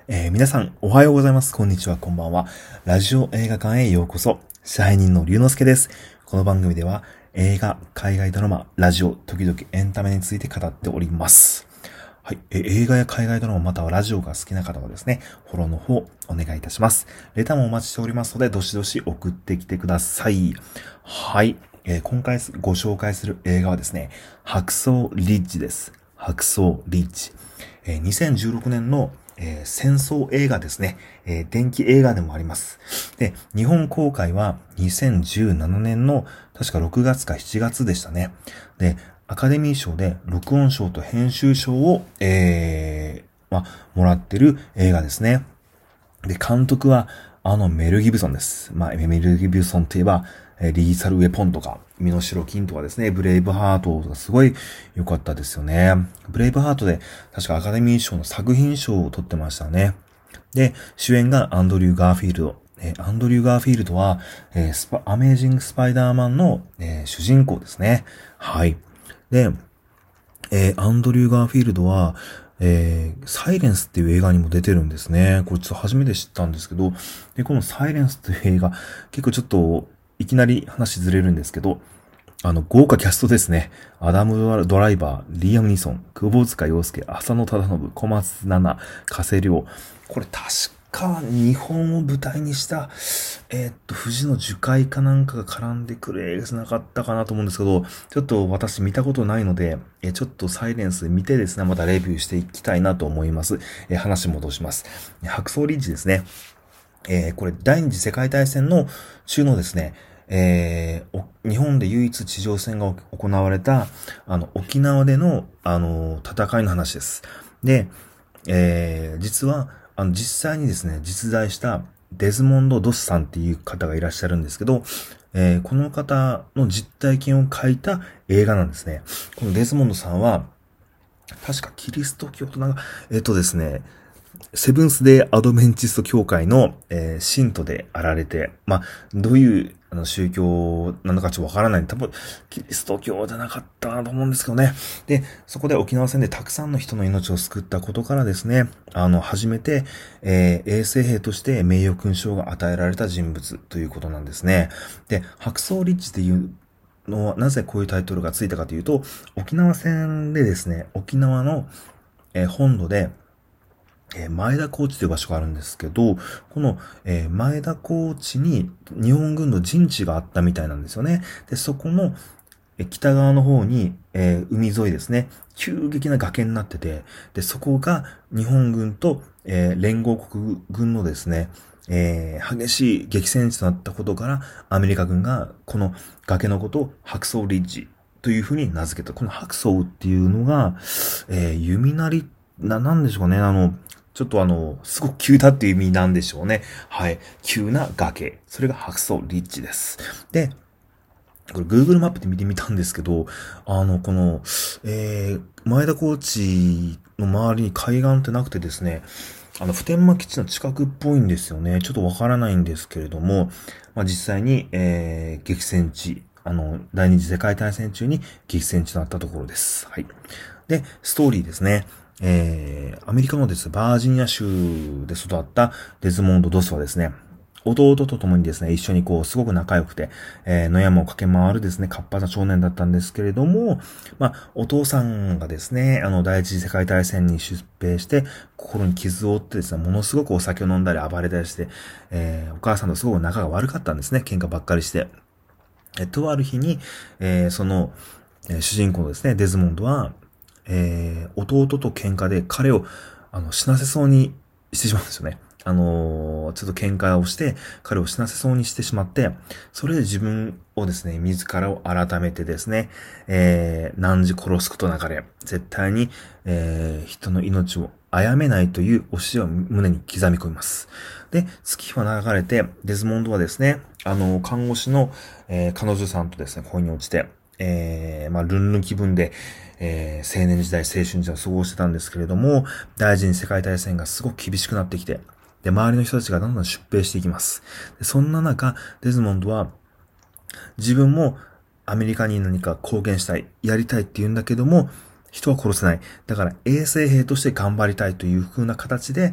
皆さん、おはようございます。こんにちは、こんばんは。ラジオ映画館へようこそ。支配人の龍之介です。この番組では、映画、海外ドラマ、ラジオ、時々エンタメについて語っております。はい。映画や海外ドラマまたはラジオが好きな方はですね、フォローの方、お願いいたします。レターもお待ちしておりますので、どしどし送ってきてください。はい。今回ご紹介する映画はですね、ハクソーリッジです。ハクソーリッジ。2016年の戦争映画ですね。電気映画でもあります。で、日本公開は2017年の確か6月か7月でしたね。で、アカデミー賞で録音賞と編集賞を、もらってる映画ですね。で、監督はメル・ギブソンです。メル・ギブソンといえば、リーサル・ウェポンとか、身代金とかですね、ブレイブハートとかすごい良かったですよね。ブレイブハートで確かアカデミー賞の作品賞を取ってましたね。で、主演がアンドリュー・ガーフィールド。アンドリュー・ガーフィールドは、アメージング・スパイダーマンの、主人公ですね。はい。で、アンドリュー・ガーフィールドは、サイレンスっていう映画にも出てるんですね。これちょっと初めて知ったんですけど、で、このサイレンスっていう映画、結構ちょっと、いきなり話ずれるんですけど、豪華キャストですね。アダム・ドライバー、リアム・ニソン、窪塚洋介、浅野忠信、小松菜奈、加瀬亮。これ確か日本を舞台にした、富士の樹海かなんかが絡んでくる映画じゃなかったかなと思うんですけど、ちょっと私見たことないので、ちょっとサイレンス見てですね、またレビューしていきたいなと思います。話戻します。白装リッジですね。これ第二次世界大戦の中のですね、日本で唯一地上戦が行われた、沖縄での、戦いの話です。で、実は、実際にですね、実在したデズモンド・ドスさんっていう方がいらっしゃるんですけど、この方の実体験を書いた映画なんですね。このデズモンドさんは、確かキリスト教とですね、セブンスデーアドベンチスト教会の、信徒であられて、どういう宗教なのかちょっとわからない。多分、キリスト教じゃなかったと思うんですけどね。で、そこで沖縄戦でたくさんの人の命を救ったことからですね、初めて、衛生兵として名誉勲章が与えられた人物ということなんですね。で、白装リッジっていうのは、なぜこういうタイトルがついたかというと、沖縄戦でですね、沖縄の、本土で、前田高地という場所があるんですけど、この、前田高地に日本軍の陣地があったみたいなんですよね。で、そこの、北側の方に、海沿いですね、急激な崖になってて、で、そこが日本軍と、連合国軍のですね、激しい激戦地となったことから、アメリカ軍がこの崖のことを白装リッジというふうに名付けた。この白装っていうのが、弓なり、なんでしょうかね、ちょっとすごく急だっていう意味なんでしょうね。はい。急な崖。それが白装リッジです。で、これ Google マップで見てみたんですけど、この、前田高地の周りに海岸ってなくてですね、普天間基地の近くっぽいんですよね。ちょっとわからないんですけれども、実際に、激戦地、第二次世界大戦中に激戦地となったところです。はい。で、ストーリーですね。アメリカのです、バージニア州で育ったデズモンド・ドスはですね、弟と共にですね、一緒にすごく仲良くて、野山を駆け回るですね、活発な少年だったんですけれども、お父さんがですね、第一次世界大戦に出兵して、心に傷を負ってですね、ものすごくお酒を飲んだり暴れたりして、お母さんとすごく仲が悪かったんですね、喧嘩ばっかりして。とある日に、その、主人公のですね、デズモンドは、弟と喧嘩で彼を、死なせそうにしてしまうんですよね。ちょっと喧嘩をして、彼を死なせそうにしてしまって、それで自分をですね、自らを改めてですね、汝殺すことなかれ、絶対に、人の命を殺めないという教えを胸に刻み込みます。で、月は流れて、デズモンドはですね、看護師の、彼女さんとですね、恋に落ちて、ルンルン気分で、青年時代、青春時代を過ごしてたんですけれども、第二次世界大戦がすごく厳しくなってきて、で、周りの人たちがどんどん出兵していきます。でそんな中、デズモンドは、自分もアメリカに何か貢献したい、やりたいって言うんだけども、人は殺せない。だから衛生兵として頑張りたいという風な形で、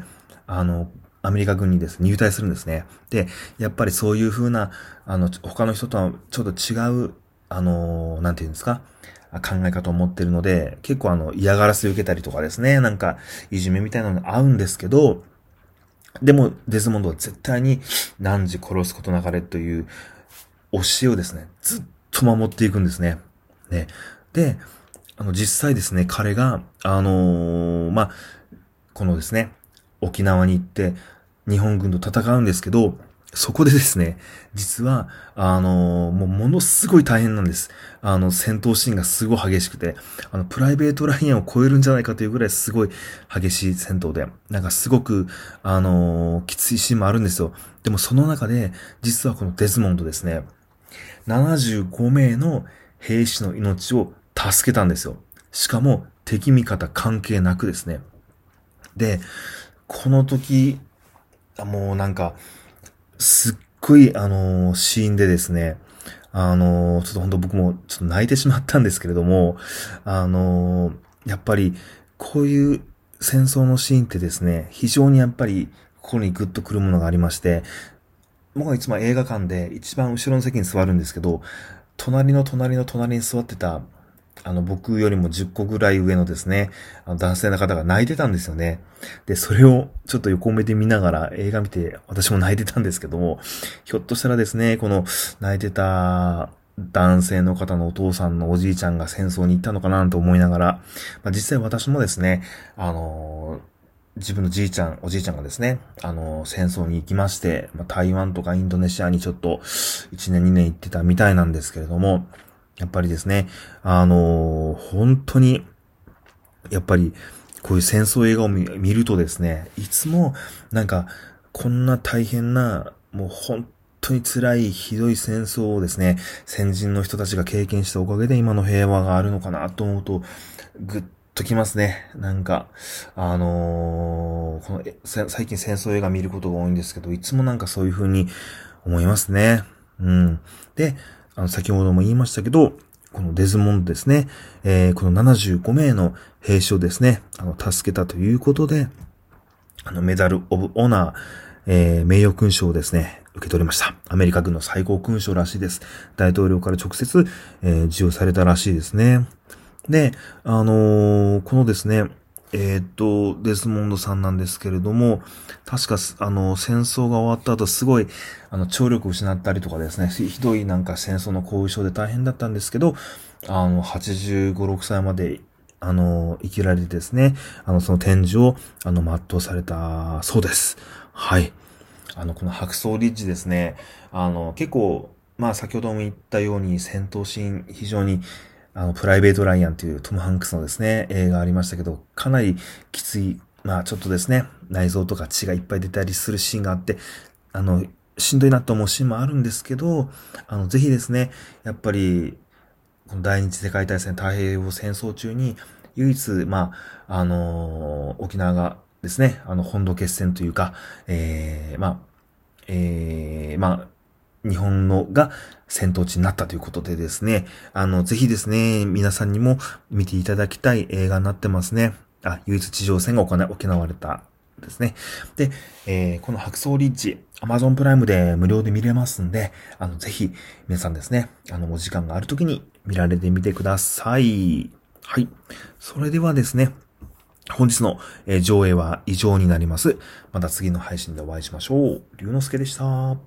アメリカ軍にですね、入隊するんですね。で、やっぱりそういう風な、他の人とはちょっと違う、なんていうんですか、考え方を持ってるので、結構嫌がらせを受けたりとかですね、なんか、いじめみたいなのが合うんですけど、でも、デズモンドは絶対に汝殺すことなかれという教えをですね、ずっと守っていくんですね。ね。で、実際ですね、彼が、このですね、沖縄に行って、日本軍と戦うんですけど、そこでですね、実は、もうものすごい大変なんです。戦闘シーンがすごい激しくて、プライベートライアンを超えるんじゃないかというぐらいすごい激しい戦闘で、なんかすごく、きついシーンもあるんですよ。でもその中で、実はこのデズモンドですね、75名の兵士の命を助けたんですよ。しかも、敵味方関係なくですね。で、この時、もうなんか、すっごい、シーンでですね、ちょっと本当僕もちょっと泣いてしまったんですけれども、やっぱり、こういう戦争のシーンってですね、非常にやっぱり、心にグッとくるものがありまして、僕はいつも映画館で一番後ろの席に座るんですけど、隣の隣の隣に座ってた、僕よりも10個ぐらい上のですね、男性の方が泣いてたんですよね。で、それをちょっと横目で見ながら映画見て、私も泣いてたんですけども、ひょっとしたらですね、この泣いてた男性の方のお父さんのおじいちゃんが戦争に行ったのかなと思いながら、実際私もですね、自分のじいちゃん、おじいちゃんがですね、戦争に行きまして、台湾とかインドネシアにちょっと1年2年行ってたみたいなんですけれども、やっぱりですね、本当に、やっぱり、こういう戦争映画を見るとですね、いつも、なんか、こんな大変な、もう本当に辛い、ひどい戦争をですね、先人の人たちが経験したおかげで今の平和があるのかなと思うと、ぐっときますね。なんか、最近戦争映画見ることが多いんですけど、いつもなんかそういう風に思いますね。うん。で、先ほども言いましたけど、このデズモンドですね、この75名の兵士をですね、助けたということで、メダル・オブ・オナー、名誉勲章をですね、受け取りました。アメリカ軍の最高勲章らしいです。大統領から直接、授与されたらしいですね。で、このですね、デスモンドさんなんですけれども、確か、戦争が終わった後、すごい、聴力を失ったりとかですね、ひどいなんか戦争の後遺症で大変だったんですけど、85、6歳まで、生きられてですね、その展示を、全うされたそうです。はい。この白装リッジですね、結構、先ほども言ったように戦闘シーン、非常に、プライベート・ライアンというトム・ハンクスのですね、映画ありましたけど、かなりきつい、ちょっとですね、内臓とか血がいっぱい出たりするシーンがあって、しんどいなと思うシーンもあるんですけど、ぜひですね、やっぱり、この第二次世界大戦太平洋戦争中に、唯一、沖縄がですね、本土決戦というか、日本のが戦闘地になったということでですね、ぜひですね、皆さんにも見ていただきたい映画になってますね。唯一地上戦が行われたですね。で、この白装リッジ、Amazon プライムで無料で見れますんで、ぜひ皆さんですね、お時間があるときに見られてみてください。はい。それではですね、本日の上映は以上になります。また次の配信でお会いしましょう。龍之介でした。